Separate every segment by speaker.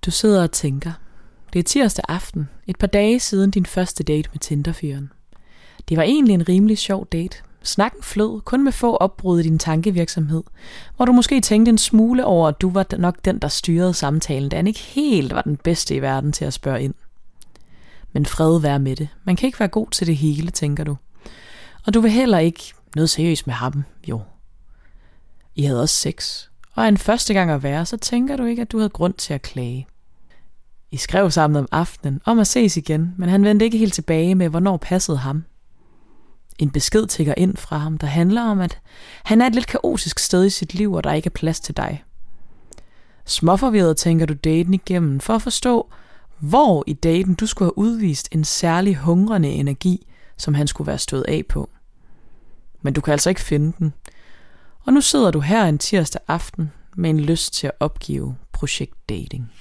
Speaker 1: Du sidder og tænker. Det er tirsdag aften, et par dage siden din første date med Tinderfyren. Det var egentlig en rimelig sjov date. Snakken flød, kun med få opbrud i din tankevirksomhed, hvor du måske tænkte en smule over, at du var nok den, der styrede samtalen, da han ikke helt var den bedste i verden til at spørge ind. Men fred være med det. Man kan ikke være god til det hele, tænker du. Og du vil heller ikke noget seriøst med ham, jo. I havde også sex, og en første gang at være, så tænker du ikke, at du havde grund til at klage. I skrev sammen om aftenen, om at ses igen, men han vendte ikke helt tilbage med, hvornår passede ham. En besked tikker ind fra ham, der handler om, at han er et lidt kaotisk sted i sit liv, og der ikke er plads til dig. Småforvirret tænker du daten igennem for at forstå, hvor i daten du skulle have udvist en særlig hungrende energi, som han skulle være stået af på. Men du kan altså ikke finde den. Og nu sidder du her en tirsdag aften med en lyst til at opgive projekt dating.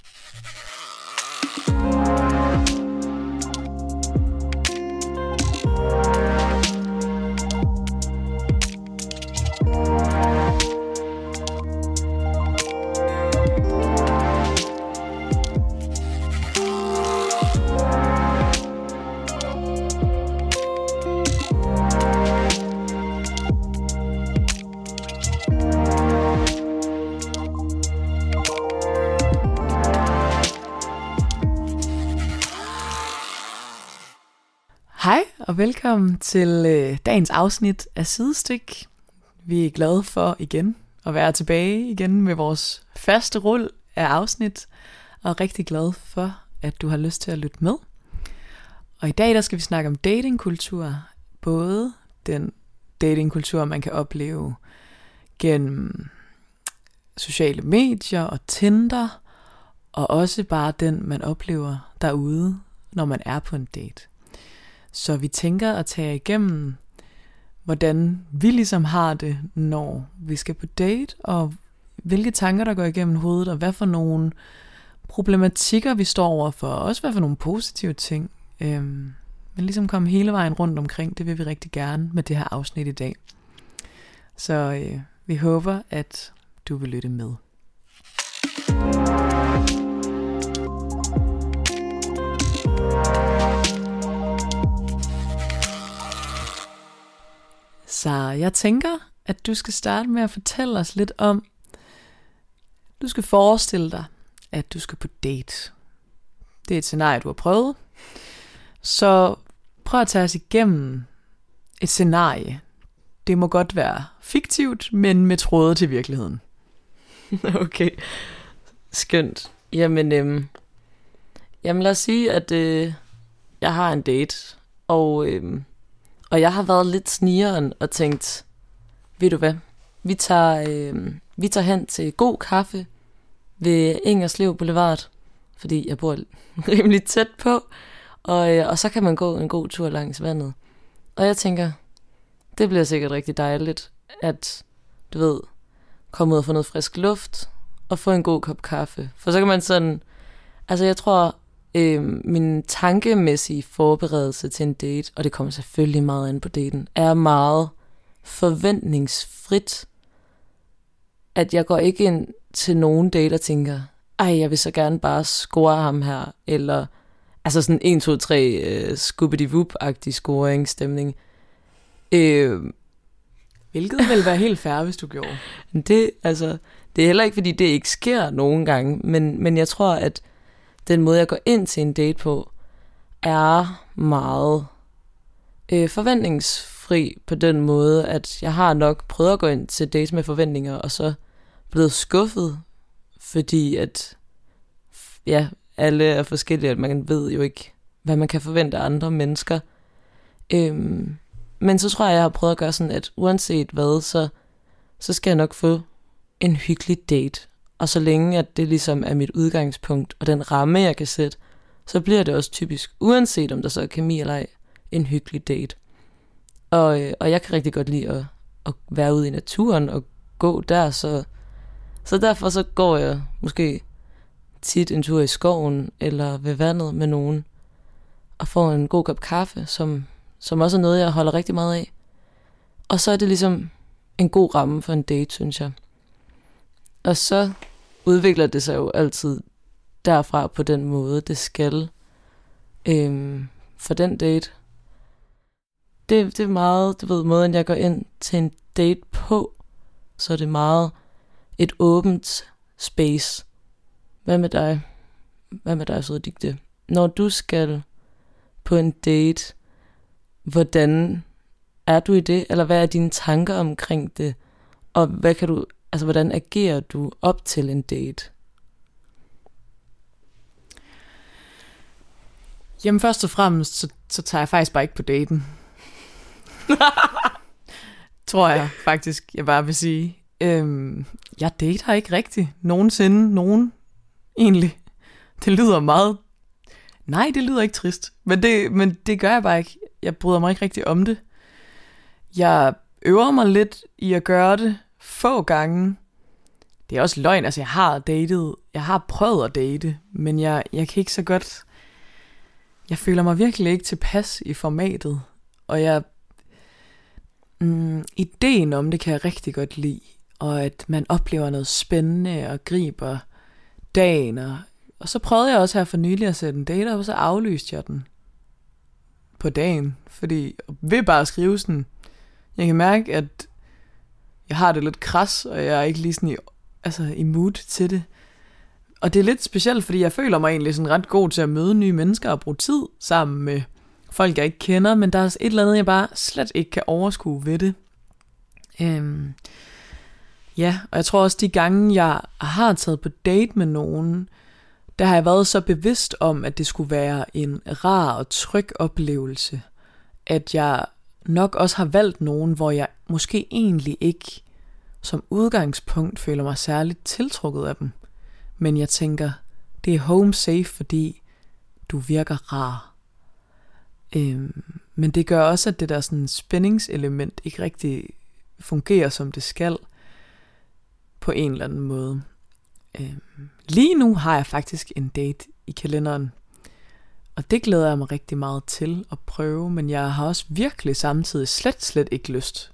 Speaker 1: Hej og velkommen til dagens afsnit af Sidestik. Vi er glade for igen at være tilbage igen med vores faste rul af afsnit, og rigtig glade for, at du har lyst til at lytte med. Og i dag der skal vi snakke om datingkultur, både den datingkultur, man kan opleve gennem sociale medier og Tinder, og også bare den, man oplever derude, når man er på en date. Så vi tænker at tage igennem, hvordan vi ligesom har det, når vi skal på date, og hvilke tanker, der går igennem hovedet, og hvad for nogle problematikker, vi står overfor, og også hvad for nogle positive ting. Men ligesom komme hele vejen rundt omkring, det vil vi rigtig gerne med det her afsnit i dag. Så vi håber, at du vil lytte med. Så jeg tænker, at du skal starte med at fortælle os lidt om, du skal forestille dig, at du skal på date. Det er et scenarie, du har prøvet. Så prøv at tage os igennem et scenarie. Det må godt være fiktivt, men med tråde til virkeligheden.
Speaker 2: Okay, skønt. Jamen lad os sige, at jeg har en date, og jeg har været lidt snigeren og tænkt, ved du hvad, vi tager hen til god kaffe ved Ingerslev Boulevard, fordi jeg bor rimelig tæt på, og så kan man gå en god tur langs vandet. Og jeg tænker, det bliver sikkert rigtig dejligt, at du ved, komme ud og få noget frisk luft, og få en god kop kaffe. For så kan man sådan, altså jeg tror, min tankemæssige forberedelse til en date, og det kommer selvfølgelig meget an på daten, er meget forventningsfrit. At jeg går ikke ind til nogen date og tænker, ej, jeg vil så gerne bare score ham her, eller altså sådan 1, 2, 3 Scooby-Doo-agtig scoring-stemning.
Speaker 1: Hvilket vil være helt fair, hvis du gjorde.
Speaker 2: Det er heller ikke, fordi det ikke sker nogen gange, men jeg tror, at den måde, jeg går ind til en date på, er meget forventningsfri på den måde, at jeg har nok prøvet at gå ind til dates med forventninger, og så blevet skuffet, fordi at ja, alle er forskellige, at man ved jo ikke, hvad man kan forvente af andre mennesker. Men så tror jeg har prøvet at gøre sådan, at uanset hvad, så skal jeg nok få en hyggelig date. Og så længe, at det ligesom er mit udgangspunkt, og den ramme, jeg kan sætte, så bliver det også typisk, uanset om der så er kemi eller ej, en hyggelig date. Og jeg kan rigtig godt lide at være ude i naturen og gå der, så derfor så går jeg måske tit en tur i skoven eller ved vandet med nogen, og får en god kop kaffe, som også er noget, jeg holder rigtig meget af. Og så er det ligesom en god ramme for en date, synes jeg. Og så udvikler det sig jo altid derfra på den måde, det skal for den date. Det er meget, du ved, måden jeg går ind til en date på, så er det meget et åbent space. Hvad med dig? Hvad med dig, søde digte? Når du skal på en date, hvordan er du i det? Eller hvad er dine tanker omkring det? Og hvordan agerer du op til en date?
Speaker 1: Jamen først og fremmest, så tager jeg faktisk bare ikke på daten. Tror jeg faktisk, jeg bare vil sige. Jeg dater ikke rigtigt nogen egentlig. Det lyder meget... Nej, det lyder ikke trist. Men det gør jeg bare ikke. Jeg bryder mig ikke rigtig om det. Jeg øver mig lidt i at gøre det få gange. Det er også løgn, altså jeg har prøvet at date, men jeg kan ikke så godt... Jeg føler mig virkelig ikke tilpas i formatet, og ideen om det kan jeg rigtig godt lide, og at man oplever noget spændende og griber dagen, og så prøvede jeg også her for nylig at sætte en date op, og så aflyste jeg den på dagen, fordi ved bare at skrive sådan, jeg kan mærke, at jeg har det lidt kras, og jeg er ikke lige sådan i mood til det. Og det er lidt specielt, fordi jeg føler mig egentlig sådan ret god til at møde nye mennesker og bruge tid sammen med folk, jeg ikke kender, men der er et eller andet, jeg bare slet ikke kan overskue ved det. Ja, og jeg tror også, de gange, jeg har taget på date med nogen, der har jeg været så bevidst om, at det skulle være en rar og tryg oplevelse, at jeg nok også har valgt nogen, hvor jeg måske egentlig ikke som udgangspunkt føler mig særligt tiltrukket af dem. Men jeg tænker, det er home safe, fordi du virker rar. Men det gør også, at det der sådan spændingselement ikke rigtig fungerer, som det skal, på en eller anden måde. Lige nu har jeg faktisk en date i kalenderen, og det glæder jeg mig rigtig meget til at prøve, men jeg har også virkelig samtidig slet ikke lyst.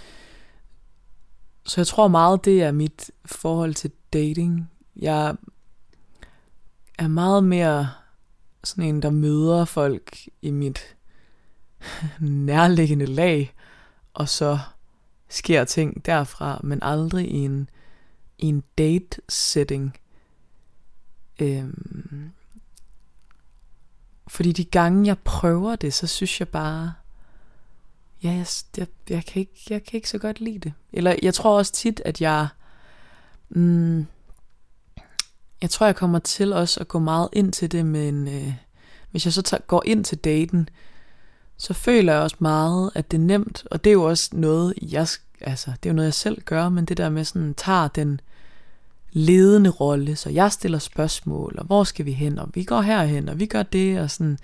Speaker 1: Så jeg tror meget, det er mit forhold til dating. Jeg er meget mere sådan en, der møder folk i mit nærliggende lag, og så sker ting derfra, men aldrig i en date-setting. Fordi de gange, jeg prøver det, så synes jeg bare, jeg kan ikke så godt lide det. Eller jeg tror også tit, at jeg tror, jeg kommer til også at gå meget ind til det, men hvis jeg så går ind til daten, så føler jeg også meget, at det er nemt, og det er jo også noget, det er jo noget, jeg selv gør, men det der med sådan, tager den ledende rolle, så jeg stiller spørgsmål, og hvor skal vi hen, og vi går herhen, og vi gør det, og sådan.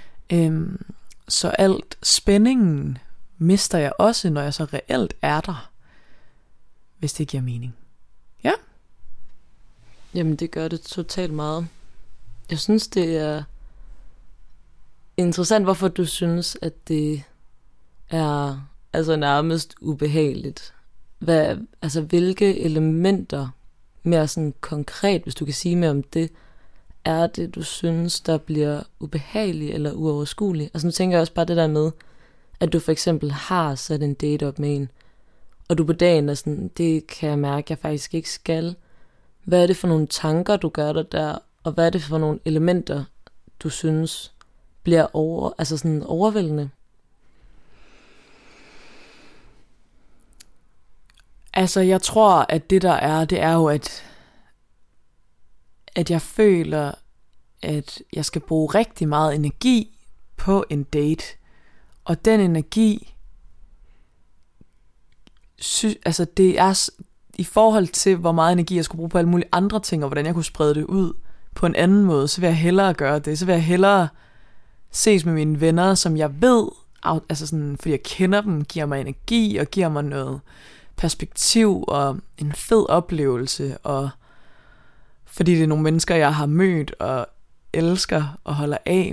Speaker 1: Så alt spændingen mister jeg også, når jeg så reelt er der, hvis det giver mening. Ja?
Speaker 2: Jamen, det gør det totalt meget. Jeg synes, det er interessant, hvorfor du synes, at det er nærmest ubehageligt. Hvilke elementer, mere sådan konkret, hvis du kan sige mere om det, er det, du synes, der bliver ubehageligt eller uoverskueligt? Altså nu tænker jeg også bare det der med, at du for eksempel har sat en date op med en, og du på dagen er sådan, det kan jeg mærke, jeg faktisk ikke skal. Hvad er det for nogle tanker, du gør dig der, og hvad er det for nogle elementer, du synes bliver overvældende?
Speaker 1: Altså, jeg tror, at det er jo, at jeg føler, at jeg skal bruge rigtig meget energi på en date. Og den energi, det er i forhold til, hvor meget energi jeg skulle bruge på alle mulige andre ting, og hvordan jeg kunne sprede det ud på en anden måde, så vil jeg hellere gøre det. Så vil jeg hellere ses med mine venner, som jeg ved, fordi jeg kender dem, giver mig energi og giver mig noget perspektiv og en fed oplevelse, og fordi det er nogle mennesker, jeg har mødt og elsker og holder af.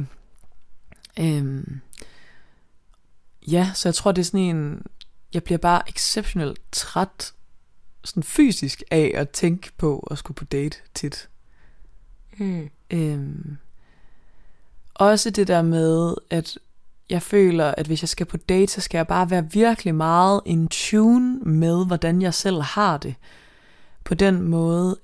Speaker 1: Så jeg tror, det er sådan jeg bliver bare exceptionelt træt, sådan fysisk af at tænke på at skulle på date tit. Også det der med, at jeg føler, at hvis jeg skal på date, så skal jeg bare være virkelig meget in tune med, hvordan jeg selv har det. På den måde,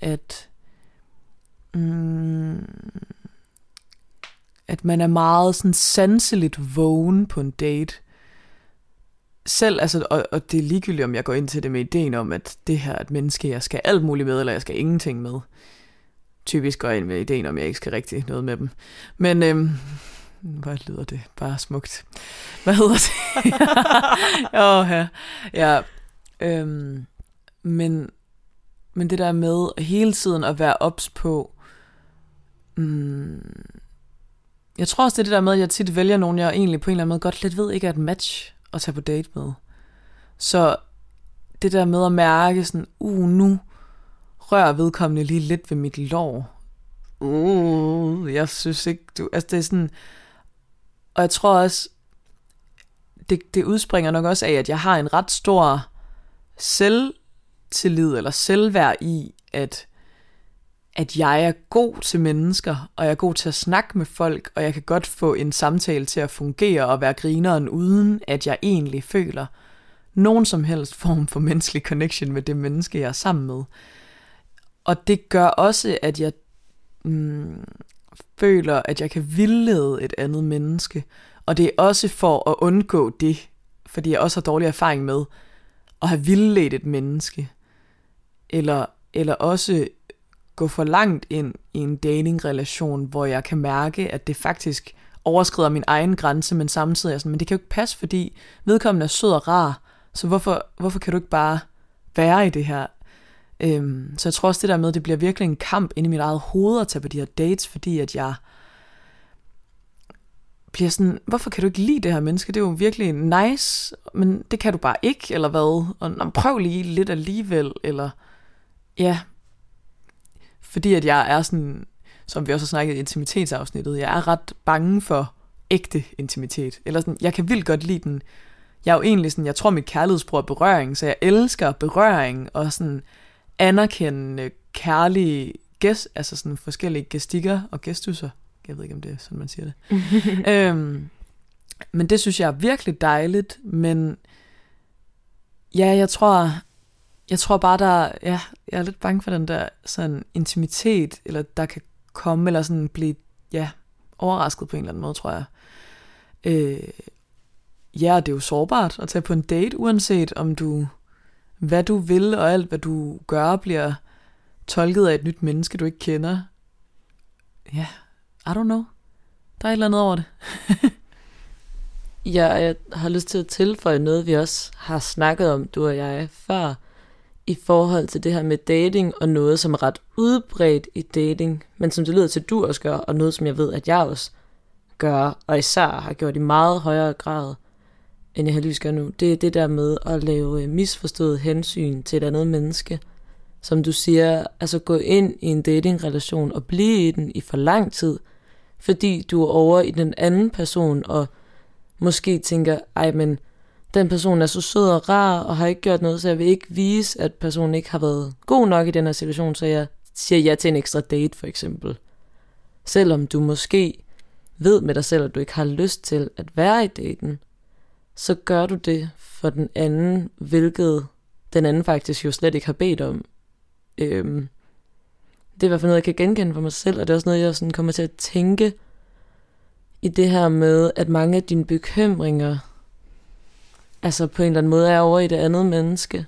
Speaker 1: at man er meget sådan sanseligt vågen på en date. Selv, altså, og det er ligegyldigt, om jeg går ind til det med ideen om, at det her er et menneske, jeg skal alt muligt med, eller jeg skal ingenting med. Typisk går jeg ind med ideen om, jeg ikke skal rigtig noget med dem. Men, hvor lyder det bare smukt. Hvad hedder det? Ja. Men det der med hele tiden at være ops på, jeg tror også, det er det der med, at jeg tit vælger nogen, jeg egentlig på en eller anden måde godt lidt ved ikke er et match at tage på date med. Så det der med at mærke sådan, nu rører vedkommende lige lidt ved mit lår. Jeg synes ikke, altså det er sådan, og jeg tror også, det udspringer nok også af, at jeg har en ret stor selvtillid eller selvværd i, at jeg er god til mennesker, og jeg er god til at snakke med folk, og jeg kan godt få en samtale til at fungere og være grineren, uden at jeg egentlig føler nogen som helst form for menneskelig connection med det menneske, jeg er sammen med. Og det gør også, at jeg føler, at jeg kan vildlede et andet menneske, og det er også for at undgå det, fordi jeg også har dårlig erfaring med at have vildledt et menneske, eller også gå for langt ind i en datingrelation, hvor jeg kan mærke, at det faktisk overskrider min egen grænse, men samtidig er sådan, men det kan jo ikke passe, fordi vedkommende er sød og rar, så hvorfor kan du ikke bare være i det her? Så jeg tror også det der med, at det bliver virkelig en kamp inde i mit eget hoved at tage på de her dates, fordi at jeg bliver sådan, hvorfor kan du ikke lide det her menneske? Det er jo virkelig nice, men det kan du bare ikke, eller hvad? Og prøv lige lidt alligevel, eller ja, fordi at jeg er sådan, som vi også har snakket i intimitetsafsnittet, jeg er ret bange for ægte intimitet, eller sådan, jeg kan vildt godt lide den. Jeg er jo egentlig sådan, jeg tror mit kærlighedssprog er berøring, så jeg elsker berøring, og sådan anerkendende, kærlige altså sådan forskellige gestikker og gestusser. Jeg ved ikke, om det er sådan, man siger det. Men det synes jeg er virkelig dejligt, men ja, jeg tror bare, jeg er lidt bange for den der sådan intimitet, eller der kan komme, eller sådan blive, overrasket på en eller anden måde, tror jeg. Det er jo sårbart at tage på en date, uanset om hvad du vil, og alt hvad du gør, bliver tolket af et nyt menneske, du ikke kender. Ja, I don't know. Der er et eller andet over det.
Speaker 2: Jeg har lyst til at tilføje noget, vi også har snakket om, du og jeg, før, i forhold til det her med dating, og noget, som er ret udbredt i dating, men som det lyder til, du også gør, og noget, som jeg ved, at jeg også gør, og især har gjort i meget højere grad, end jeg har lyst gør nu. Det er det der med at lave misforstået hensyn til et andet menneske. Som du siger, altså gå ind i en datingrelation og blive i den i for lang tid, fordi du er over i den anden person, og måske tænker, men den person er så sød og rar, og har ikke gjort noget, så jeg vil ikke vise, at personen ikke har været god nok i den her situation, så jeg siger ja til en ekstra date, for eksempel. Selvom du måske ved med dig selv, at du ikke har lyst til at være i daten, så gør du det for den anden, hvilket den anden faktisk jo slet ikke har bedt om. Det er i hvert fald noget, jeg kan genkende for mig selv, og det er også noget, jeg sådan kommer til at tænke i det her med, at mange af dine bekymringer, altså på en eller anden måde, er over i det andet menneske.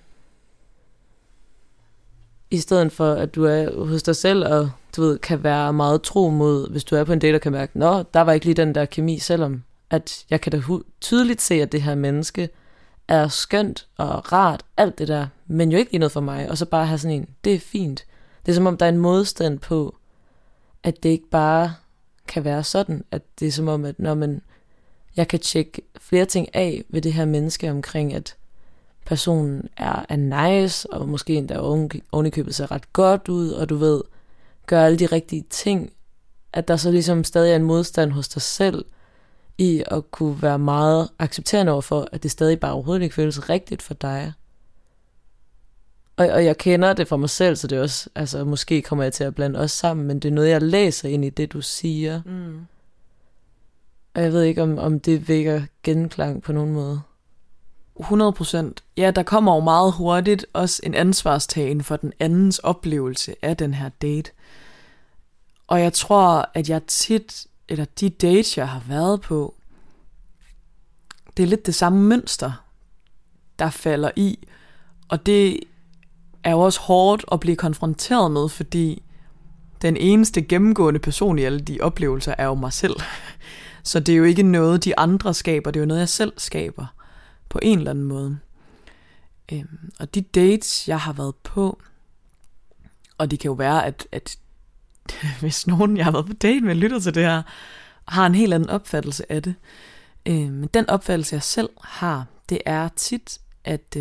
Speaker 2: I stedet for, at du er hos dig selv, og du ved, kan være meget tro mod, hvis du er på en date og kan mærke, der var ikke lige den der kemi, selvom at jeg kan da tydeligt se, at det her menneske er skønt og rart, alt det der, men jo ikke lige noget for mig, og så bare have sådan en, det er fint. Det er som om, der er en modstand på, at det ikke bare kan være sådan, at det er som om, at jeg kan tjekke flere ting af ved det her menneske omkring, at personen er nice, og måske endda ovenikøbet ser ret godt ud, og du ved, gør alle de rigtige ting, at der så ligesom stadig er en modstand hos dig selv, i at kunne være meget accepterende overfor, at det stadig bare overhovedet ikke føles rigtigt for dig. Og jeg kender det fra mig selv, så det er også, altså måske kommer jeg til at blande os sammen, men det er noget, jeg læser ind i det, du siger. Og jeg ved ikke, om det vækker genklang på nogen måde.
Speaker 1: 100%. Ja, der kommer jo meget hurtigt også en ansvarstagen for den andens oplevelse af den her date. Og jeg tror, at jeg tit, eller de dates, jeg har været på, det er lidt det samme mønster, der falder i. Og det er jo også hårdt at blive konfronteret med, fordi den eneste gennemgående person i alle de oplevelser er jo mig selv. Så det er jo ikke noget, de andre skaber, det er jo noget, jeg selv skaber på en eller anden måde. Og de dates, jeg har været på, og det kan jo være, at hvis nogen, jeg har været på date med, lytter til det her, har en helt anden opfattelse af det. Men den opfattelse, jeg selv har, det er tit, at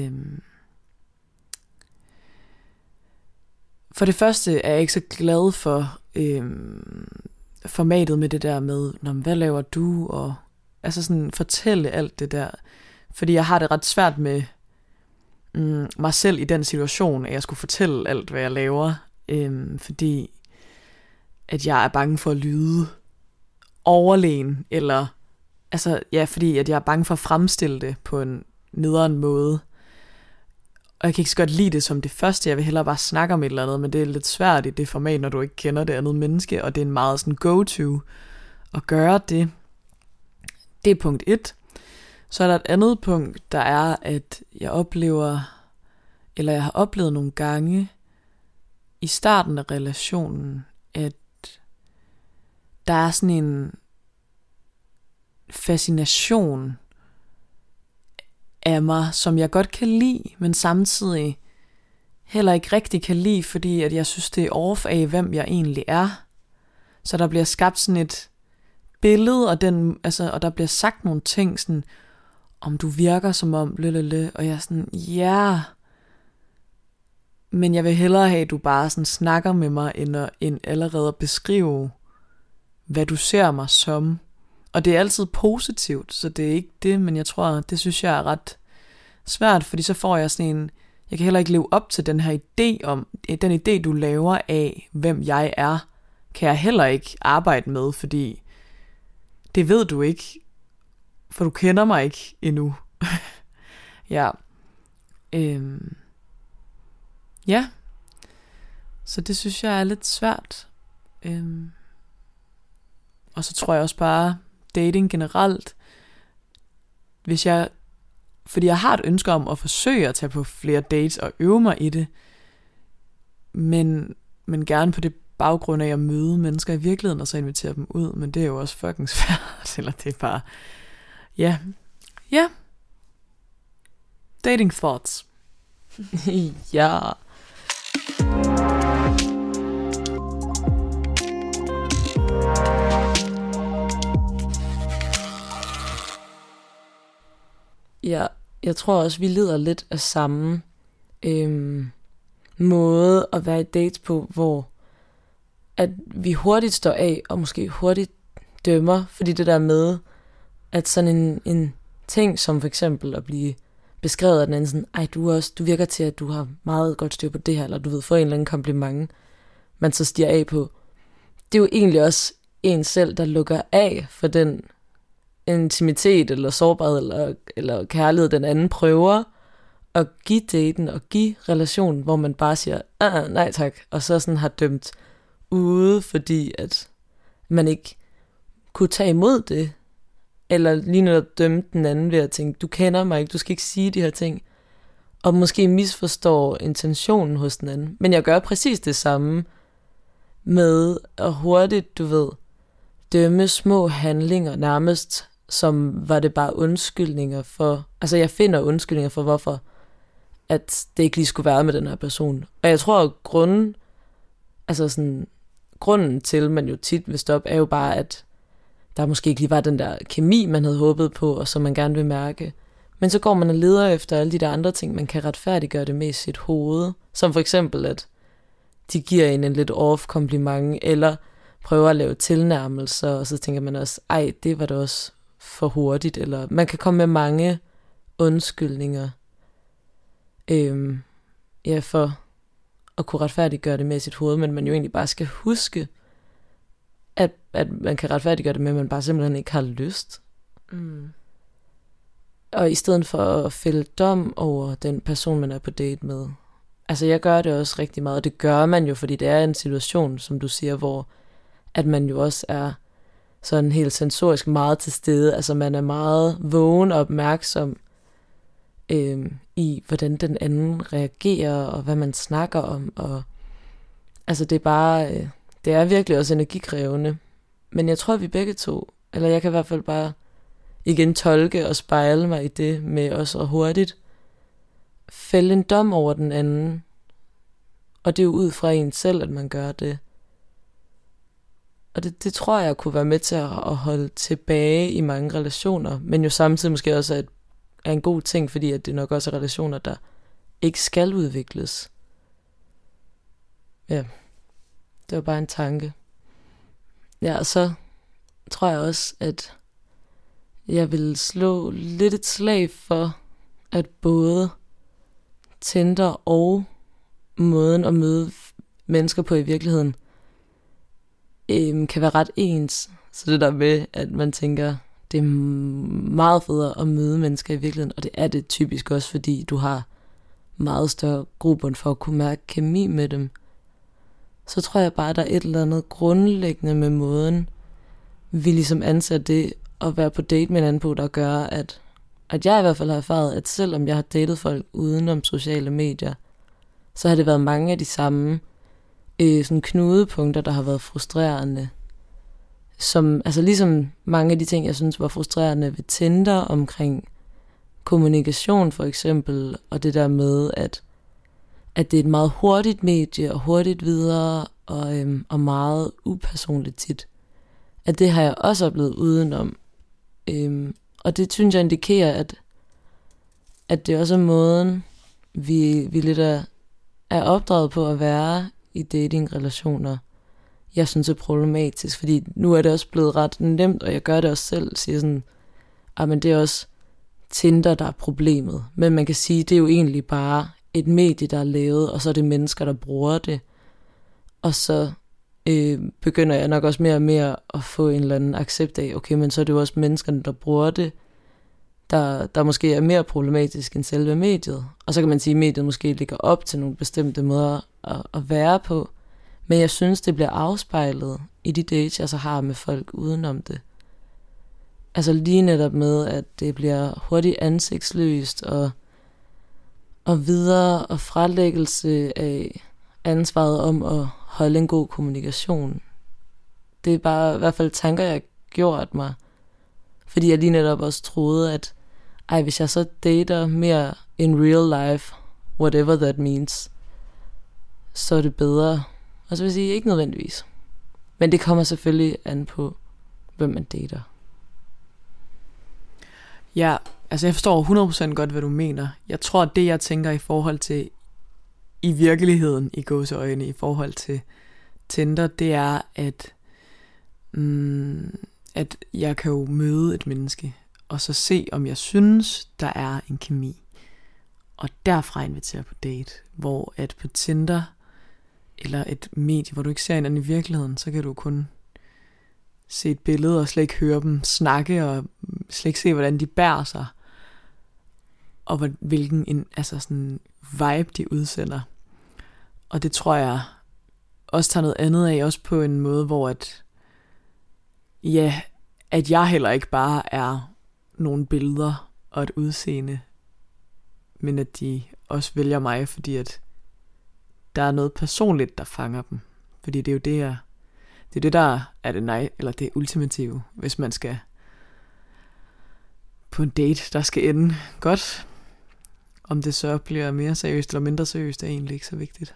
Speaker 1: for det første er jeg ikke så glad for formatet med det der med, hvad laver du, og altså sådan fortælle alt det der, fordi jeg har det ret svært med mig selv i den situation, at jeg skulle fortælle alt, hvad jeg laver, fordi at jeg er bange for at lyde overlegen, eller altså ja, fordi at jeg er bange for at fremstille det på en nederen måde. Og jeg kan ikke så godt lide det som det første, jeg vil hellere bare snakke om et eller andet, men det er lidt svært i det format, når du ikke kender det andet menneske, og det er en meget sådan go-to at gøre det. Det er punkt 1. Så er der et andet punkt, der er, at jeg har oplevet nogle gange i starten af relationen, at der er sådan en fascination af mig, som jeg godt kan lide, men samtidig heller ikke rigtig kan lide, fordi at jeg synes, det er off af, hvem jeg egentlig er. Så der bliver skabt sådan et billede, og der bliver sagt nogle ting, sådan, om du virker som om, og jeg er sådan, ja, men jeg vil hellere have, at du bare sådan snakker med mig, end allerede at beskrive, hvad du ser mig som. Og det er altid positivt, så det er ikke det, men jeg tror, det synes jeg er ret svært, fordi så får jeg sådan en, jeg kan heller ikke leve op til den her idé om, den idé du laver af, hvem jeg er, kan jeg heller ikke arbejde med, fordi det ved du ikke, for du kender mig ikke endnu. Ja. Ja. Så det synes jeg er lidt svært. Og så tror jeg også bare, dating generelt, fordi jeg har et ønske om at forsøge at tage på flere dates og øve mig i det, men gerne på det baggrund af at møde mennesker i virkeligheden og så invitere dem ud, men det er jo også fucking svært, eller det er bare, ja. Dating thoughts.
Speaker 2: Ja. Ja, jeg tror også, vi lider lidt af samme måde at være i dates på, hvor at vi hurtigt står af, og måske hurtigt dømmer, fordi det der med, at sådan en ting, som for eksempel at blive beskrevet af den anden, sådan, ej, du virker til, at du har meget godt styr på det her, eller du ved, få en eller anden kompliment, man så stiger af på. Det er jo egentlig også en selv, der lukker af for den intimitet, eller sårbarhed, eller kærlighed, den anden prøver at give daten, og give relationen, hvor man bare siger, nej tak, og så sådan har dømt ude, fordi at man ikke kunne tage imod det, eller lige netop dømme den anden ved at tænke, du kender mig ikke, du skal ikke sige de her ting, og måske misforstår intentionen hos den anden. Men jeg gør præcis det samme med at hurtigt, du ved, dømme små handlinger, nærmest som var det bare undskyldninger for, altså jeg finder undskyldninger for, hvorfor at det ikke lige skulle være med den her person. Og jeg tror, at grunden til, man jo tit vil stoppe, er jo bare, at der måske ikke lige var den der kemi, man havde håbet på, og som man gerne vil mærke. Men så går man og leder efter alle de der andre ting, man kan retfærdiggøre det med i sit hoved. Som for eksempel, at de giver en lidt off kompliment, eller prøver at lave tilnærmelser, og så tænker man også, ej, det var da også for hurtigt, eller man kan komme med mange undskyldninger. for at kunne retfærdiggøre det med sit hoved, men man jo egentlig bare skal huske, at man kan retfærdiggøre det med, at man bare simpelthen ikke har lyst. Og i stedet for at fælde dom over den person, man er på date med. Altså jeg gør det også rigtig meget, og det gør man jo, fordi det er en situation, som du siger, hvor at man jo også er sådan helt sensorisk meget til stede. Altså man er meget vågen og opmærksom i, hvordan den anden reagerer, og hvad man snakker om. Og altså det er bare, det er virkelig også energikrævende. Men jeg tror, vi begge to, eller jeg kan i hvert fald bare igen tolke og spejle mig i det med også at hurtigt fælde en dom over den anden. Og det er jo ud fra en selv, at man gør det. Og det tror jeg kunne være med til at holde tilbage i mange relationer, men jo samtidig måske også er en god ting, fordi at det nok også er relationer, der ikke skal udvikles. Ja, det var bare en tanke. Ja, og så tror jeg også, at jeg vil slå lidt et slag for, at både Tinder og måden at møde mennesker på i virkeligheden kan være ret ens. Så det der med, at man tænker, det er meget federe at møde mennesker i virkeligheden, og det er det typisk også, fordi du har meget større grobund for at kunne mærke kemi med dem. Så tror jeg bare, at der er et eller andet grundlæggende med måden, vi ligesom anser det at være på date med en anden på, der gør, at jeg i hvert fald har erfaret, at selvom jeg har datet folk udenom sociale medier, så har det været mange af de samme sådan knudepunkter, der har været frustrerende. Som, altså ligesom mange af de ting, jeg synes var frustrerende ved Tinder, omkring kommunikation for eksempel, og det der med, at det er et meget hurtigt medie, og hurtigt videre, og meget upersonligt tit. At det har jeg også oplevet udenom. Og det synes jeg indikerer, at det også er måden, vi lidt er opdraget på at være i datingrelationer. Jeg synes det er problematisk, fordi nu er det også blevet ret nemt, og jeg gør det også selv, siger sådan, men det er også Tinder, der er problemet. Men man kan sige, det er jo egentlig bare et medie, der er lavet, og så er det mennesker, der bruger det. Og så begynder jeg nok også mere og mere at få en eller anden accept af, okay, men så er det jo også menneskerne, der bruger det, der måske er mere problematisk end selve mediet. Og så kan man sige, at mediet måske ligger op til nogle bestemte måder at være på. Men jeg synes, det bliver afspejlet i de dates, jeg så har med folk udenom det. Altså lige netop med, at det bliver hurtigt ansigtsløst og videre og frelæggelse af ansvaret om at holde en god kommunikation. Det er bare i hvert fald tanker, jeg har gjort mig. Fordi jeg lige netop også troede, at hvis jeg så dater mere in real life, whatever that means, så er det bedre. Og så vil jeg sige, ikke nødvendigvis. Men det kommer selvfølgelig an på, hvem man dater.
Speaker 1: Ja, altså jeg forstår 100% godt, hvad du mener. Jeg tror, at det jeg tænker i forhold til, i virkeligheden, i gåseøjne, i forhold til Tinder, det er, at jeg kan jo møde et menneske, og så se, om jeg synes, der er en kemi. Og derfra invitere på date. Hvor at på Tinder, eller et medie, hvor du ikke ser hinanden i virkeligheden, så kan du kun se et billede og slet ikke høre dem snakke, og slet ikke se, hvordan de bærer sig, og hvilken altså sådan vibe de udsender. Og det tror jeg også tager noget andet af, også på en måde, hvor at jeg heller ikke bare er nogle billeder og et udseende, men at de også vælger mig, fordi at der er noget personligt, der fanger dem. Fordi det er jo det der er det eller det ultimative, hvis man skal på en date, der skal ende godt. Om det så bliver mere seriøst eller mindre seriøst, er egentlig ikke så vigtigt.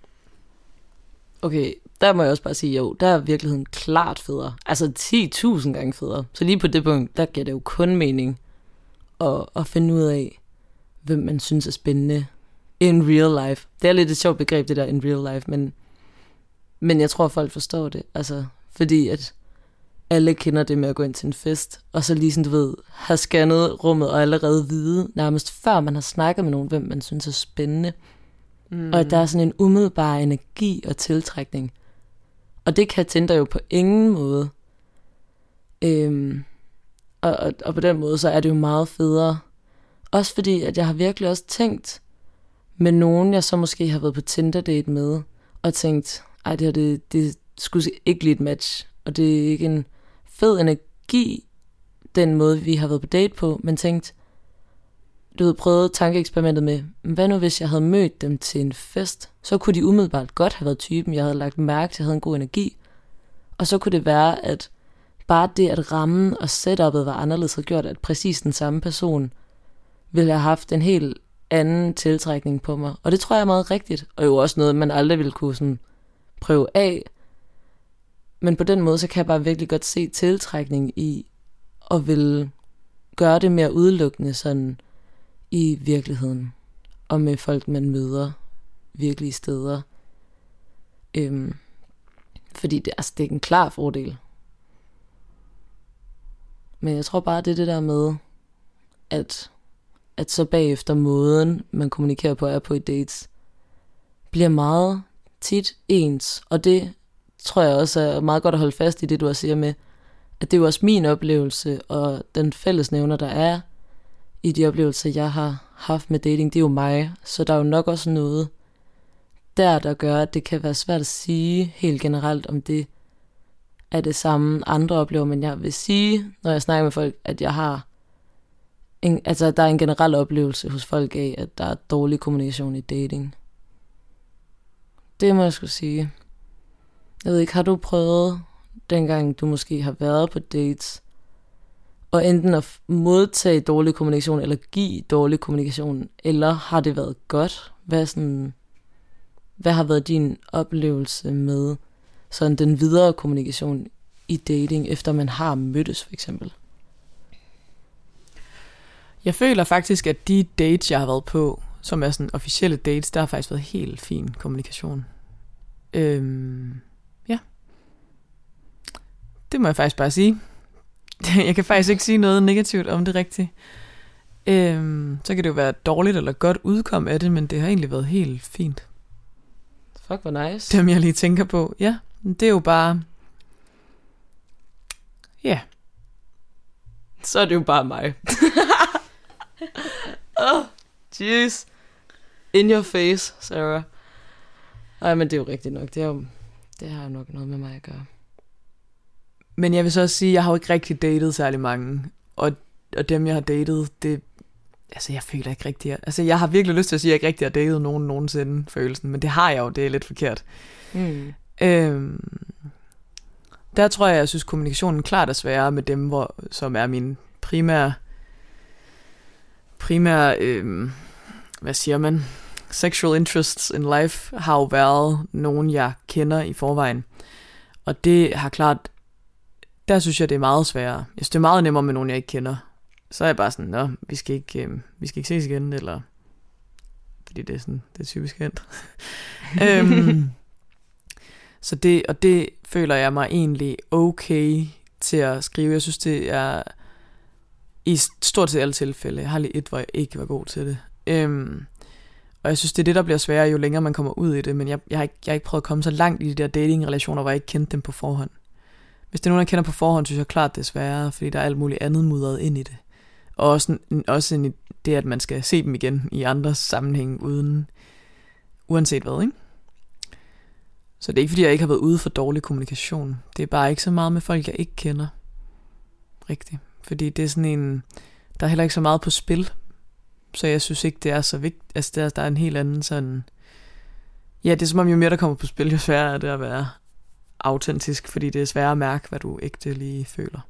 Speaker 2: Okay, der må jeg også bare sige, jo, der er virkeligheden klart federe. Altså 10.000 gange federe. Så lige på det punkt, der giver det jo kun mening at finde ud af, hvem man synes er spændende in real life. Det er lidt et sjovt begreb, det der in real life, men jeg tror, folk forstår det. Altså, fordi at alle kender det med at gå ind til en fest, og så lige sådan, du ved, have scannet rummet og allerede vide, nærmest før man har snakket med nogen, hvem man synes er spændende. Og at der er sådan en umiddelbar energi og tiltrækning. Og det kan Tinder jo på ingen måde. Og på den måde, så er det jo meget federe. Også fordi, at jeg har virkelig også tænkt med nogen, jeg så måske har været på Tinder-date med, og tænkt, ej, det her, det skulle ikke lige et match, og det er ikke en fed energi, den måde, vi har været på date på, men tænkt, du havde prøvet tankeeksperimentet med, hvad nu hvis jeg havde mødt dem til en fest, så kunne de umiddelbart godt have været typen, jeg havde lagt mærke til, havde en god energi, og så kunne det være, at bare det, at rammen og setupet var anderledes, havde gjort, at præcis den samme person ville have haft en helt anden tiltrækning på mig. Og det tror jeg er meget rigtigt, og jo også noget, man aldrig ville kunne sådan prøve af. Men på den måde, så kan jeg bare virkelig godt se tiltrækning i at ville gøre det mere udelukkende sådan i virkeligheden. Og med folk, man møder virkelige steder. Fordi det er ikke en klar fordel. Men jeg tror bare, det er det der med, at så bagefter måden, man kommunikerer på, er på et dates, bliver meget tit ens. Og det tror jeg også er meget godt at holde fast i det, du har siger med, at det er jo også min oplevelse, og den fællesnævner, der er i de oplevelser, jeg har haft med dating, det er jo mig. Så der er jo nok også noget der gør, at det kan være svært at sige helt generelt, om det er det samme andre oplever, men jeg vil sige, når jeg snakker med folk, at jeg har der er en generel oplevelse hos folk af, at der er dårlig kommunikation i dating. Det må jeg skulle sige. Jeg ved ikke, har du prøvet, dengang du måske har været på dates, og enten at modtage dårlig kommunikation, eller give dårlig kommunikation, eller har det været godt? Hvad har været din oplevelse med sådan den videre kommunikation i dating, efter man har mødtes for eksempel?
Speaker 1: Jeg føler faktisk, at de dates, jeg har været på, som er sådan officielle dates, der har faktisk været helt fin kommunikation. Ja. Det må jeg faktisk bare sige. Jeg kan faktisk ikke sige noget negativt om det rigtigt. Så kan det jo være dårligt eller godt udkom af det, men det har egentlig været helt fint.
Speaker 2: Fuck, hvor nice.
Speaker 1: Dem jeg lige tænker på. Ja, det er jo bare... Ja.
Speaker 2: Så er det jo bare mig. Jeez. In your face, Sarah. Ej, men det er jo rigtigt nok. Det har jo nok noget med mig at gøre.
Speaker 1: Men jeg vil så også sige, at jeg har jo ikke rigtig datet særlig mange. Og dem, jeg har datet, det... Altså, jeg føler ikke rigtig... Altså, jeg har virkelig lyst til at sige, at jeg ikke rigtig har datet nogen nogensinde, følelsen. Men det har jeg jo, det er lidt forkert. Der tror jeg synes, kommunikationen klart er sværere med dem, som er min primære hvad siger man, sexual interests in life, har jo været nogen, jeg kender i forvejen. Og det har klart, der synes jeg, det er meget sværere. Jeg synes, det er meget nemmere med nogen, jeg ikke kender. Så er jeg bare sådan, vi skal ikke ses igen, eller fordi det er sådan, det er typisk hent. Så det føler jeg mig egentlig okay til at skrive. Jeg synes, det er i stort set alle tilfælde. Jeg har lige et, hvor jeg ikke var god til det. Og jeg synes, det er det, der bliver sværere, jo længere man kommer ud i det. Men jeg har ikke prøvet at komme så langt i de der dating-relationer, hvor jeg ikke kendte dem på forhånd. Hvis det er nogen, jeg kender på forhånd, synes jeg klart, det er sværere, fordi der er alt muligt andet mudret ind i det. Og også ind i det, at man skal se dem igen i andre sammenhæng, uanset hvad, ikke? Så det er ikke, fordi jeg ikke har været ude for dårlig kommunikation. Det er bare ikke så meget med folk, jeg ikke kender. Rigtigt. Fordi det er sådan en... Der er heller ikke så meget på spil. Så jeg synes ikke, det er så vigtigt. Altså, der er en helt anden sådan... Ja, det er som om, jo mere der kommer på spil, jo sværere er det at være autentisk. Fordi det er sværere at mærke, hvad du ægte lige føler.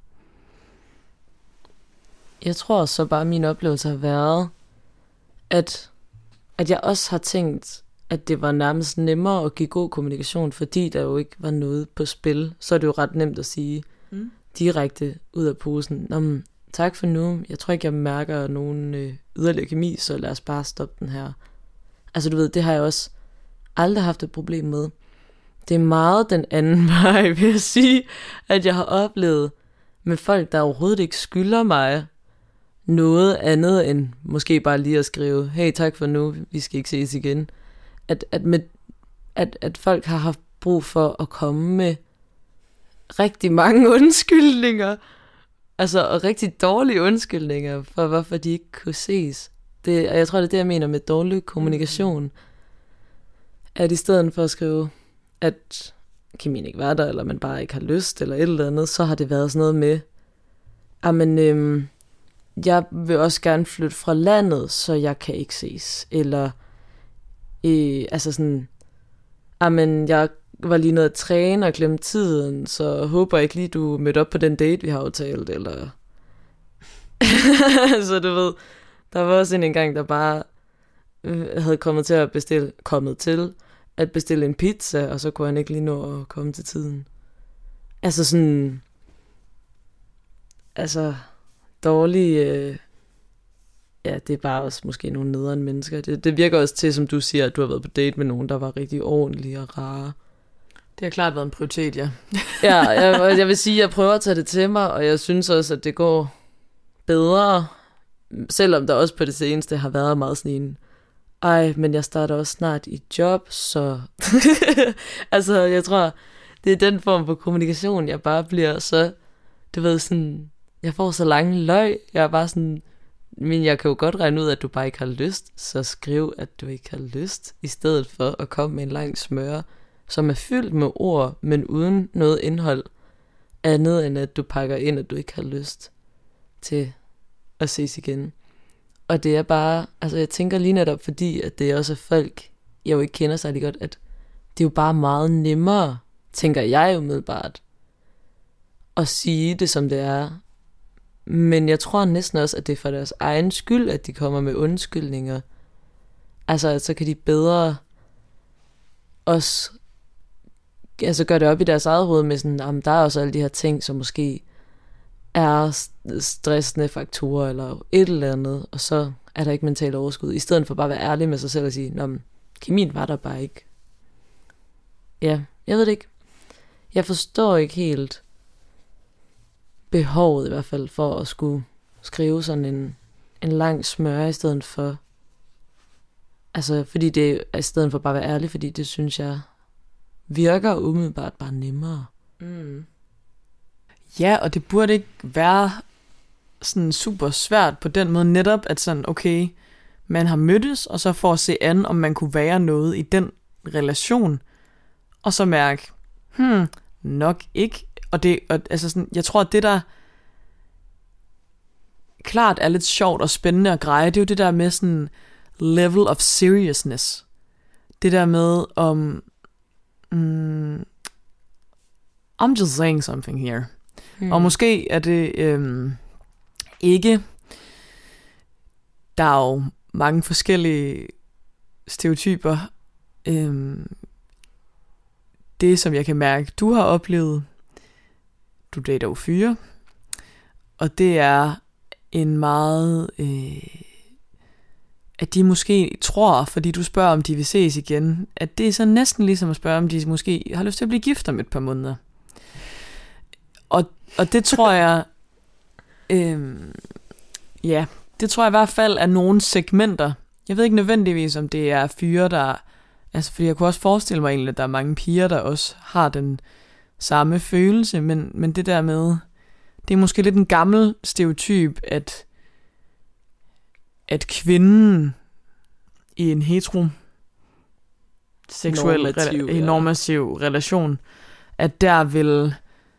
Speaker 2: Jeg tror så bare, min oplevelse har været, at jeg også har tænkt, at det var nærmest nemmere at give god kommunikation, fordi der jo ikke var noget på spil. Så er det jo ret nemt at sige direkte ud af posen, tak for nu, jeg tror ikke, jeg mærker nogen yderligere kemi, så lad os bare stoppe den her. Altså du ved, det har jeg også aldrig haft et problem med. Det er meget den anden vej, vil jeg sige, at jeg har oplevet med folk, der overhovedet ikke skylder mig noget andet end måske bare lige at skrive, hey, tak for nu, vi skal ikke ses igen. at folk har haft brug for at komme med rigtig mange undskyldninger. Altså, og rigtig dårlige undskyldninger for, hvorfor de ikke kunne ses. Og jeg tror, det er det, jeg mener med dårlig kommunikation. At i stedet for at skrive, at kemien ikke var der, eller man bare ikke har lyst, eller et eller andet, så har det været sådan noget med, jeg vil også gerne flytte fra landet, så jeg kan ikke ses. Eller, altså sådan, jeg var lige noget at træne og glemme tiden, så håber ikke lige, du mødte op på den date, vi har aftalt, eller... Så du ved, der var også en gang, der bare havde kommet til at bestille en pizza, og så kunne han ikke lige nå at komme til tiden. Altså sådan... Altså, dårlige... Ja, det er bare også måske nogle nederen mennesker. Det virker også til, som du siger, at du har været på date med nogen, der var rigtig ordentlige og rare.
Speaker 1: Det har klart været en prioritet, ja.
Speaker 2: Ja, jeg vil sige, at jeg prøver at tage det til mig, og jeg synes også, at det går bedre, selvom der også på det seneste har været meget sådan en, men jeg starter også snart i job, så... Altså, jeg tror, det er den form for kommunikation, jeg bare bliver så... Du ved, sådan... Jeg får så lange løg, jeg er bare sådan... Men jeg kan jo godt regne ud, at du bare ikke har lyst, så skriv, at du ikke har lyst, i stedet for at komme med en lang smøre, som er fyldt med ord, men uden noget indhold, andet end at du pakker ind, at du ikke har lyst til at ses igen. Og det er bare, altså jeg tænker lige netop, fordi at det også er folk, jeg jo ikke kender særlig godt, at det er jo bare meget nemmere, tænker jeg umiddelbart, at sige det, som det er. Men jeg tror næsten også, at det er for deres egen skyld, at de kommer med undskyldninger. Altså, så kan de bedre også gøre det op i deres eget hoved med sådan, der er også alle de her ting, som måske er stressende faktorer eller et eller andet, og så er der ikke mentalt overskud, i stedet for bare at være ærlig med sig selv og sige, kemien var der bare ikke. Ja, jeg ved det ikke. Jeg forstår ikke helt behovet i hvert fald for at skulle skrive sådan en lang smøre i stedet for, altså fordi det er i stedet for bare at være ærlig, fordi det synes jeg virker umiddelbart bare nemmere.
Speaker 1: Mm. Ja, og det burde ikke være sådan super svært på den måde, netop at sådan, okay, man har mødtes, og så for at se an, om man kunne være noget i den relation, og så mærke, nok ikke. Og altså sådan, jeg tror, at det der klart er lidt sjovt og spændende at greje, det er jo det der med sådan level of seriousness. Det der med om I'm just saying something here. Og måske er det ikke, der er jo mange forskellige stereotyper. Det som jeg kan mærke, du har oplevet, du dater jo fyre, og det er en meget, at de måske tror, fordi du spørger, om de vil ses igen, at det er så næsten ligesom at spørge, om de måske har lyst til at blive gift om et par måneder. Og det tror jeg, ja, det tror jeg i hvert fald er nogle segmenter. Jeg ved ikke nødvendigvis, om det er fyre, der, altså fordi jeg kunne også forestille mig egentlig, at der er mange piger, der også har den samme følelse, men det der med, det er måske lidt en gammel stereotyp, at kvinden i en heteroseksuel normativ relation, at der vil,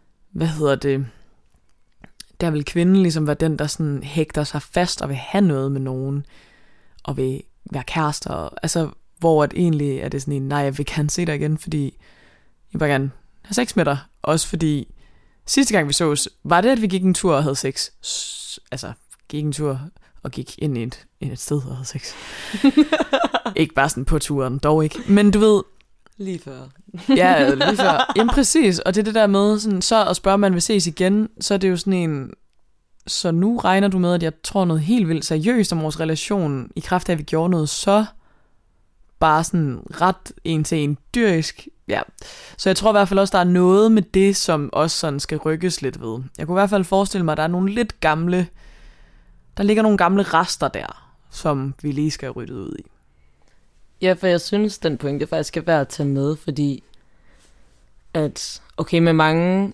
Speaker 1: der vil kvinden ligesom være den, der sådan hægter sig fast og vil have noget med nogen, og vil være kærester, altså hvor at egentlig er det sådan en, nej, jeg vil gerne se dig igen, fordi jeg vil bare gerne have sex med dig, også fordi sidste gang vi sås, var det, at vi gik en tur og havde sex, altså gik en tur og gik ind i et sted og havde sex. Ikke bare sådan på turen, dog ikke, men du ved,
Speaker 2: lige før.
Speaker 1: Ja, lige før. Jamen præcis, og det er det der med, sådan, så at spørge, om man vil ses igen, så er det jo sådan en, så nu regner du med, at jeg tror noget helt vildt seriøst om vores relation, i kraft af, at vi gjorde noget så bare sådan ret en til en dyrisk, ja. Så jeg tror i hvert fald også, der er noget med det, som også sådan skal rykkes lidt ved. Jeg kunne i hvert fald forestille mig, at der er nogle lidt gamle, der ligger nogle gamle rester der, som vi lige skal rydde ud i.
Speaker 2: Ja, for jeg synes, den pointe faktisk er værd at tage med, fordi at, okay, med mange,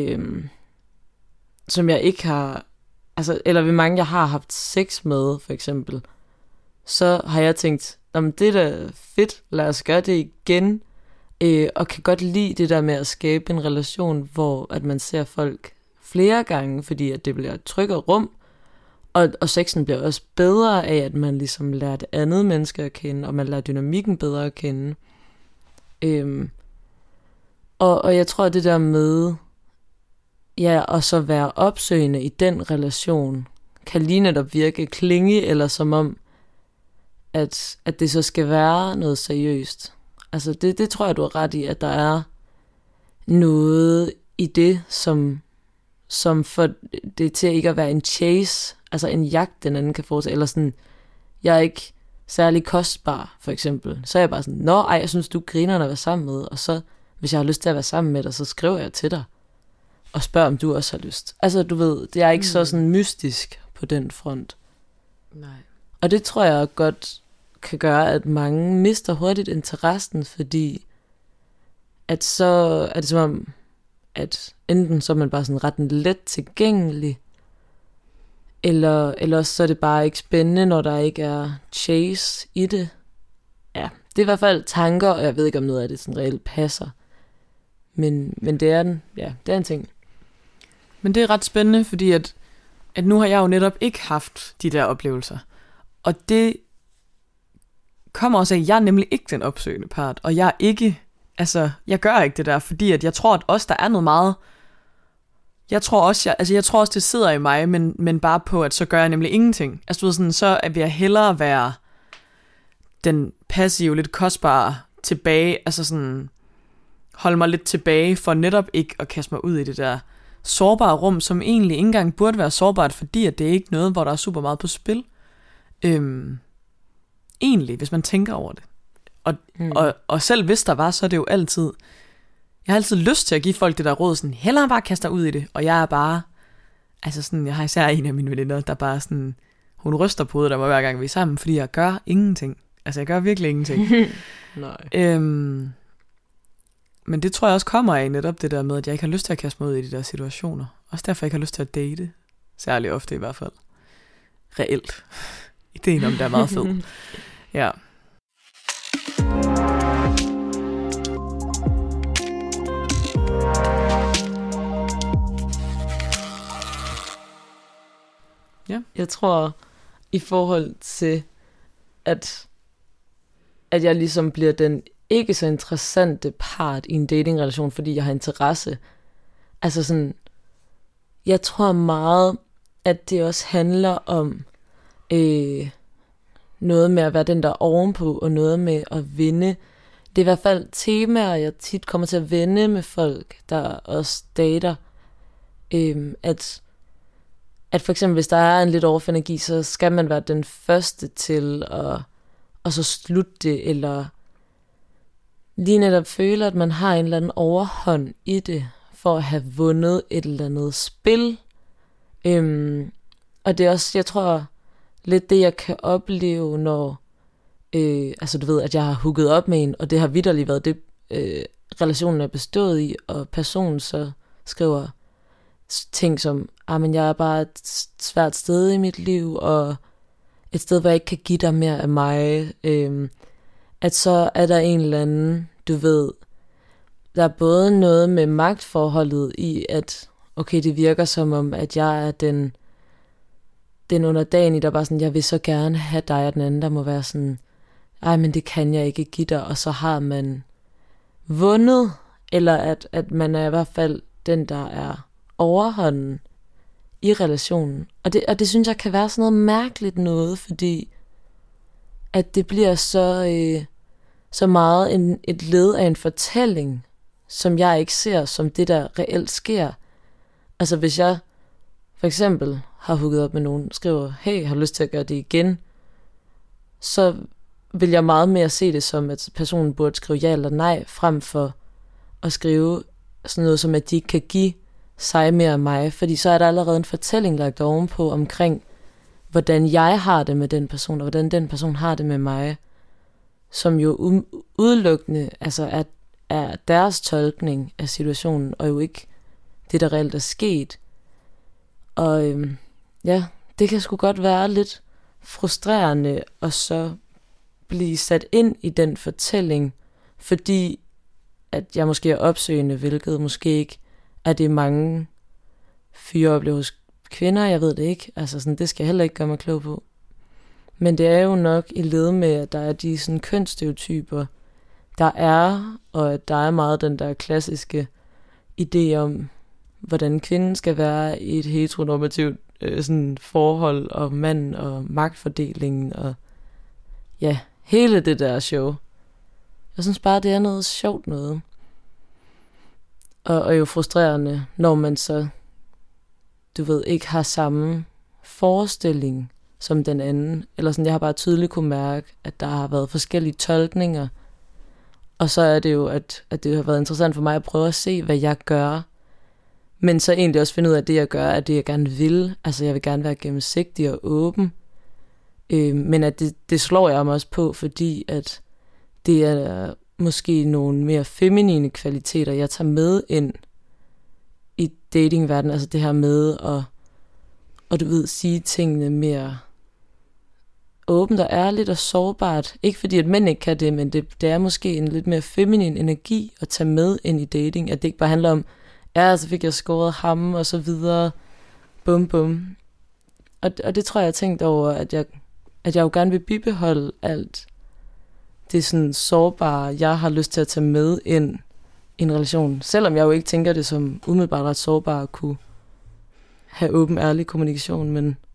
Speaker 2: som jeg ikke har, altså, eller ved mange, jeg har haft sex med, for eksempel, så har jeg tænkt, jamen, det er da fedt, lad os gøre det igen, og kan godt lide det der med at skabe en relation, hvor at man ser folk flere gange, fordi at det bliver et tryggere rum, og sexen bliver også bedre af, at man ligesom lærer det andet menneske at kende, og man lærer dynamikken bedre at kende. Og jeg tror, at det der med, ja, og så være opsøgende i den relation, kan lige netop virke klinge, eller som om, at det så skal være noget seriøst. Altså det tror jeg, du har ret i, at der er noget i det, som får det til ikke at være en chase, altså en jagt, den anden kan foretage, eller sådan, jeg er ikke særlig kostbar, for eksempel. Så er jeg bare sådan, jeg synes, du griner at være sammen med, og så, hvis jeg har lyst til at være sammen med dig, så skriver jeg til dig, og spørger, om du også har lyst. Altså, du ved, det er ikke så sådan mystisk på den front.
Speaker 1: Nej.
Speaker 2: Og det tror jeg godt kan gøre, at mange mister hurtigt interessen, fordi at så er det som om, at enten så er man bare sådan ret let tilgængelig, eller også så er det bare ikke spændende, når der ikke er chase i det. Ja, det er i hvert fald tanker, og jeg ved ikke, om noget af det sådan reelt passer. Men det er det er en ting.
Speaker 1: Men det er ret spændende, fordi at nu har jeg jo netop ikke haft de der oplevelser. Og det kommer også af, at jeg er nemlig ikke den opsøgende part, og jeg gør ikke det der, fordi at jeg tror, at også der er noget meget. Jeg tror også, det sidder i mig, men bare på, at så gør jeg nemlig ingenting. Altså du ved sådan, så vil jeg hellere være den passive, lidt kostbare tilbage, altså sådan holde mig lidt tilbage for netop ikke at kaste mig ud i det der sårbare rum, som egentlig ikke engang burde være sårbart, fordi at det er ikke noget, hvor der er super meget på spil. Egentlig, hvis man tænker over det. Og selv hvis der var, så er det jo altid, jeg har altid lyst til at give folk det der råd, sådan, hellere bare kaste dig ud i det, og jeg er bare, altså sådan, jeg har især en af mine veninder, der bare sådan, hun ryster på hovedet af mig hver gang vi er sammen, fordi jeg gør ingenting. Altså jeg gør virkelig ingenting.
Speaker 2: Nej.
Speaker 1: Men det tror jeg også kommer af netop det der med, at jeg ikke har lyst til at kaste mig ud i de der situationer. Også derfor jeg ikke har lyst til at date, særligt ofte i hvert fald. Reelt. Ideen om det er meget fed. Ja. Ja.
Speaker 2: Jeg tror, i forhold til, at jeg ligesom bliver den ikke så interessante part i en datingrelation, fordi jeg har interesse. Altså sådan, jeg tror meget, at det også handler om noget med at være den der ovenpå, og noget med at vinde. Det er i hvert fald temaer, jeg tit kommer til at vende med folk, der også dater. At for eksempel, hvis der er en lidt overenergi, så skal man være den første til at så slutte det, eller lige netop føle, at man har en eller anden overhånd i det, for at have vundet et eller andet spil. Og det er også, jeg tror, lidt det, jeg kan opleve, når altså du ved, at jeg har hooket op med en, og det har vitterligt været det, relationen er bestået i, og personen så skriver ting som, men jeg er bare et svært sted i mit liv, og et sted, hvor jeg ikke kan give dig mere af mig, at så er der en eller anden, du ved, der er både noget med magtforholdet i, at okay, det virker som om, at jeg er den underdanige, der bare sådan, jeg vil så gerne have dig, og den anden, der må være sådan, men det kan jeg ikke give dig, og så har man vundet, eller at man er i hvert fald den, der er overhånden i relationen. Og det synes jeg kan være sådan noget mærkeligt noget, fordi at det bliver så meget et led af en fortælling, som jeg ikke ser som det, der reelt sker. Altså hvis jeg for eksempel har hooket op med nogen, skriver, hey, har du lyst til at gøre det igen, så vil jeg meget mere se det som, at personen burde skrive ja eller nej, frem for at skrive sådan noget som, at de ikke kan give sig mere af mig, fordi så er der allerede en fortælling lagt ovenpå omkring, hvordan jeg har det med den person, og hvordan den person har det med mig. som jo udelukkende altså er deres tolkning af situationen, og jo ikke det, der reelt er sket. Og ja, det kan sgu godt være lidt frustrerende at så blive sat ind i den fortælling, fordi at jeg måske er opsøgende, hvilket måske ikke er det mange fyre oplever hos kvinder, jeg ved det ikke. Altså sådan, det skal jeg heller ikke gøre mig klog på. Men det er jo nok i led med, at der er de sådan kønsstereotyper, der er, og at der er meget den der klassiske idé om, hvordan kvinden skal være i et heteronormativt sådan forhold, og mand og magtfordelingen, og ja, hele det der show. Jeg synes bare, det er noget sjovt noget. Og jo frustrerende, når man så, du ved, ikke har samme forestilling som den anden. Eller sådan, jeg har bare tydeligt kunne mærke, at der har været forskellige tolkninger. Og så er det jo, at det har været interessant for mig at prøve at se, hvad jeg gør. Men så egentlig også finde ud af, at det jeg gør, er det jeg gerne vil. Altså jeg vil gerne være gennemsigtig og åben. Men at det slår jeg mig også på, fordi at det er måske nogle mere feminine kvaliteter, jeg tager med ind i datingverdenen. Altså det her med at du ved, sige tingene mere åbent og ærligt og sårbart. Ikke fordi, at mænd ikke kan det, men det er måske en lidt mere feminin energi at tage med ind i dating. At det ikke bare handler om, ja, så fik jeg skåret ham og så videre. Bum, bum. Og det tror jeg har tænkt over, at jeg jo gerne vil bibeholde alt det sådan sårbare, jeg har lyst til at tage med ind i en relation. Selvom jeg jo ikke tænker det som umiddelbart ret sårbart at kunne have åben, ærlig kommunikation,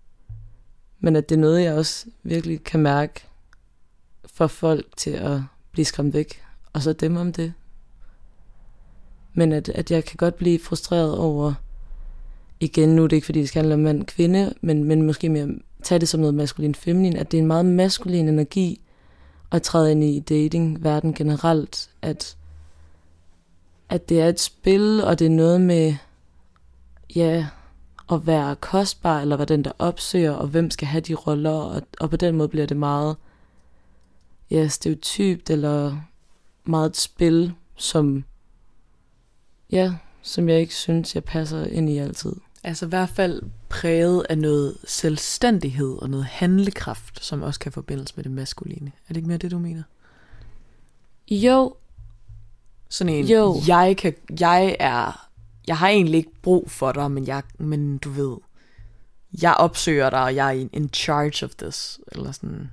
Speaker 2: men at det er noget, jeg også virkelig kan mærke for folk til at blive skræmt væk, og så dem om det. Men at jeg kan godt blive frustreret over, igen, nu er det ikke fordi, det skal handle om mand og kvinde, men måske mere tage det som noget maskulin-feminin, at det er en meget maskulin energi at træde ind i dating-verden generelt, at det er et spil, og det er noget med, ja, at være kostbar, eller være den, der opsøger, og hvem skal have de roller, og på den måde bliver det meget, ja, stereotypt, eller meget et spil, som jeg ikke synes, jeg passer ind i altid.
Speaker 1: Altså i hvert fald præget af noget selvstændighed og noget handlekraft, som også kan forbindes med det maskuline. Er det ikke mere det, du mener?
Speaker 2: Jo.
Speaker 1: Sådan en,
Speaker 2: jo.
Speaker 1: Jeg har egentlig ikke brug for dig, men du ved, jeg opsøger dig, og jeg er in charge of this, eller sådan.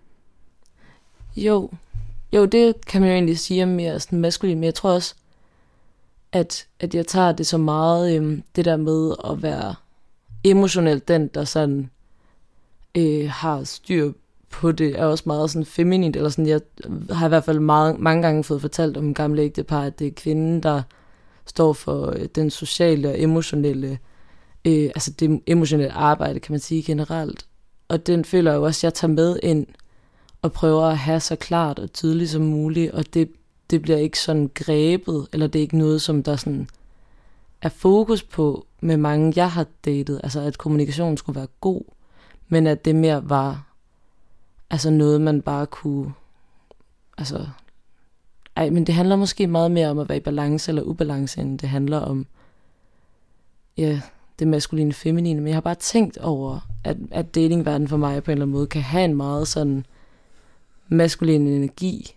Speaker 2: Jo, det kan man jo egentlig sige om mere sådan maskulin, men jeg tror også, at jeg tager det så meget, det der med at være emotionelt den, der sådan har styr på det, er også meget sådan feminint, eller sådan, jeg har i hvert fald mange gange fået fortalt om gamle ægtepar, at det er kvinden, der står for den sociale og emotionelle, altså det emotionelle arbejde, kan man sige generelt. Og den føler jeg jo også, at jeg tager med ind og prøver at have så klart og tydeligt som muligt, og det bliver ikke sådan grebet, eller det er ikke noget, som der sådan er fokus på med mange, jeg har datet, altså at kommunikationen skulle være god, men at det mere var altså noget, man bare kunne, altså, men det handler måske meget mere om at være i balance eller ubalance, end det handler om, ja, det maskuline feminine, men jeg har bare tænkt over, at datingverden for mig på en eller anden måde kan have en meget sådan maskulin energi,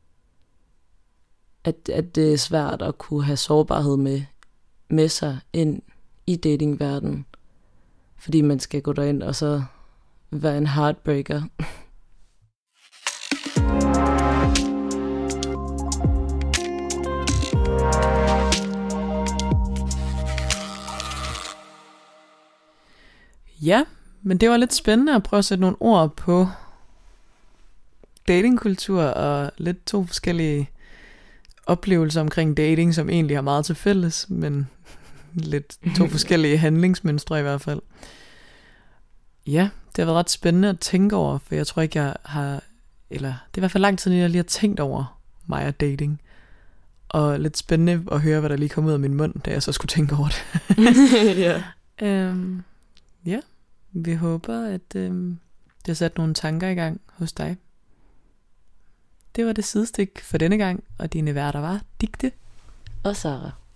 Speaker 2: at det er svært at kunne have sårbarhed med sig ind i datingverdenen, fordi man skal gå derind og så være en heartbreaker.
Speaker 1: Ja, men det var lidt spændende at prøve at sætte nogle ord på datingkultur og lidt to forskellige oplevelser omkring dating, som egentlig har meget til fælles, men lidt to forskellige handlingsmønstre i hvert fald. Ja, det har været ret spændende at tænke over, for jeg tror ikke, jeg har, eller det er i hvert fald lang tid, jeg lige har tænkt over mig og dating. Og lidt spændende at høre, hvad der lige kom ud af min mund, da jeg så skulle tænke over det.
Speaker 2: Ja.
Speaker 1: Ja, vi håber, at det har sat nogle tanker i gang hos dig. det var det sidestykke for denne gang, og dine værter var Digte
Speaker 2: Og Sara.